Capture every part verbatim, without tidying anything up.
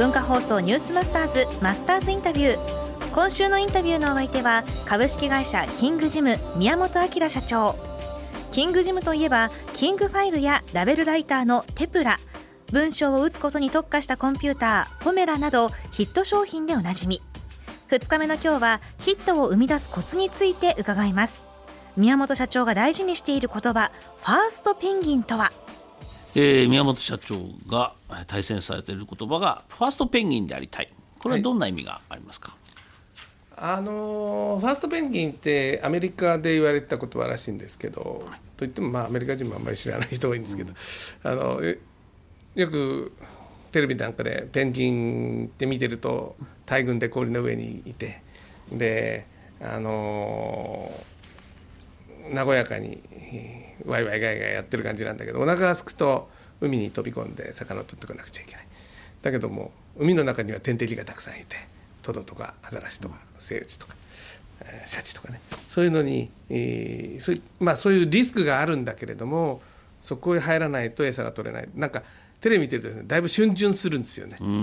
文化放送ニュースマスターズマスターズインタビュー。今週のインタビューのお相手は株式会社キングジム宮本明社長。キングジムといえばキングファイルやラベルライターのテプラ、文章を打つことに特化したコンピューターポメラなどヒット商品でおなじみ。ふつかめの今日はヒットを生み出すコツについて伺います。宮本社長が大事にしている言葉、ファーストペンギンとは。 えー、宮本社長が大切にされている言葉がファーストペンギンでありたい。これはどんな意味がありますか？ はい、あのファーストペンギンってアメリカで言われた言葉らしいんですけど、はい、といってもまあアメリカ人もあんまり知らない人多いんですけど、うん、あのよくテレビなんかでペンギンって見てると大群で氷の上にいて、であの和やかにワイワイガイガイやってる感じなんだけど、お腹が空くと海に飛び込んで魚を取ってこなくちゃいけない。だけども海の中には天敵がたくさんいて、トドとかアザラシとかセイウチとかシャチとかね、そういうのに、えーそういうまあ、そういうリスクがあるんだけれども、そこへ入らないと餌が取れない。なんかテレビ見てるとですね、だいぶ逡巡するんですよね、うんうん、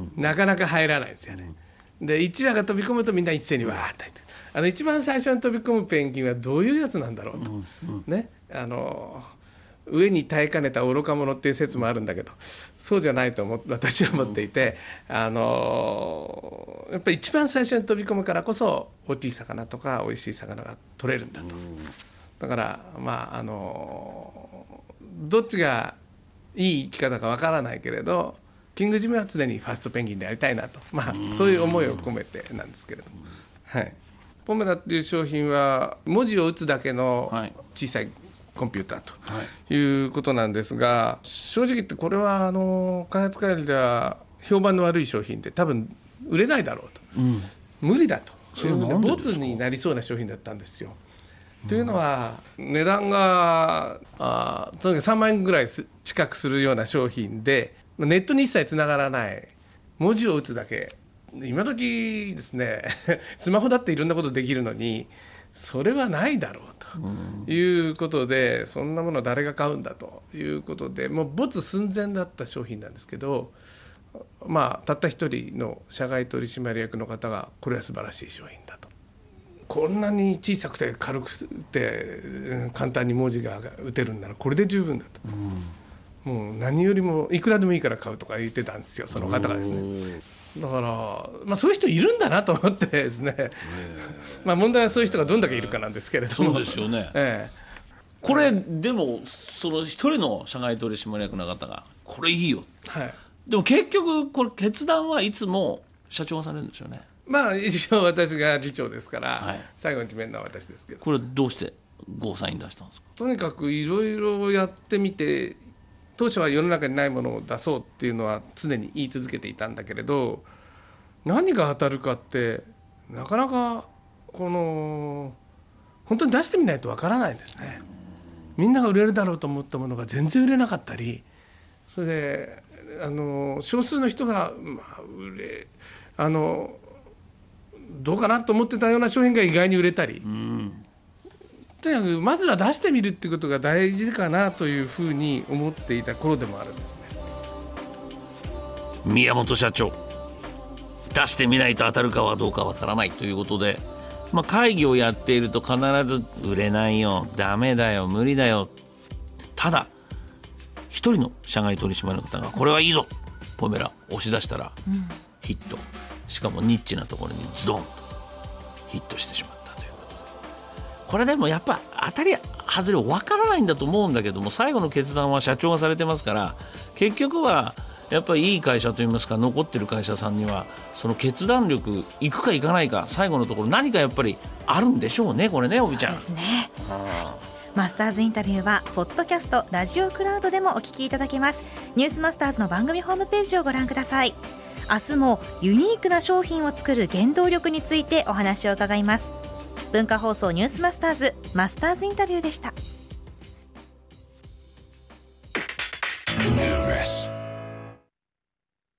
なかなか入らないですよね。でいちわが飛び込むとみんな一斉にわーっと入って、あの一番最初に飛び込むペンギンはどういうやつなんだろうと、うんうんね、あの上に耐えかねた愚か者っていう説もあるんだけど、そうじゃないと思私は思っていて、うん、あのやっぱり一番最初に飛び込むからこそ大きい魚とかおいしい魚が取れるんだと、うん、だからまああのどっちがいい生き方かわからないけれど、キングジムは常にファーストペンギンでありたいなと、まあ、そういう思いを込めてなんですけれども、はい、ポメラっていう商品は文字を打つだけの小さいコンピューターということなんですが、はい、正直言ってこれはあの開発会議では評判の悪い商品で多分売れないだろうと、うん、無理だと、そういうのでボツになりそうな商品だったんですよ。というのは値段があとにかくさんまんえんぐらい近くするような商品で、ネットに一切つながらない、文字を打つだけ、今時ですねスマホだっていろんなことできるのにそれはないだろうということで、そんなもの誰が買うんだということで、もう没寸前だった商品なんですけど、まあたった一人の社外取締役の方がこれは素晴らしい商品だと、こんなに小さくて軽くて簡単に文字が打てるんならこれで十分だと、うん、もう何よりもいくらでもいいから買うとか言ってたんですよ、その方がですね。だから、まあ、そういう人いるんだなと思ってですねまあ問題はそういう人がどんだけいるかなんですけれども。 そうですよね、ええ、これでもその一人の社外取締役の方がこれいいよ、はい、でも結局これ決断はいつも社長がされるんですよね。 まあ一応私が議長ですから、はい、最後に決めるのは私ですけど。 これどうしてゴーサイン出したんですか？ とにかくいろいろやってみて、当初は世の中にないものを出そうっていうのは常に言い続けていたんだけれど、何が当たるかってなかなかこの本当に出してみないとわからないんですね。みんなが売れるだろうと思ったものが全然売れなかったり、それであの少数の人が、まあ、売れあのどうかなと思ってたような商品が意外に売れたり、うん、とにかくまずは出してみるってことが大事かなというふうに思っていた頃でもあるんですね。 宮本社長、出してみないと当たるかはどうかわからないということで、まあ、会議をやっていると必ず売れないよ、ダメだよ、無理だよ。ただ一人の社外取締役の方がこれはいいぞ、ポメラ押し出したらヒット、しかもニッチなところにズドンとヒットしてしまったということで、これでもやっぱ当たり外れ分からないんだと思うんだけども、最後の決断は社長がされてますから、結局はやっぱりいい会社といいますか、残ってる会社さんにはその決断力いくかいかないか、最後のところ何かやっぱりあるんでしょうね、これね、おびちゃん。 そうですね。マスターズインタビューはポッドキャスト、ラジオクラウドでもお聞きいただけます。ニュースマスターズの番組ホームページをご覧ください。明日もユニークな商品を作る原動力についてお話を伺います。文化放送ニュースマスターズマスターズインタビューでした。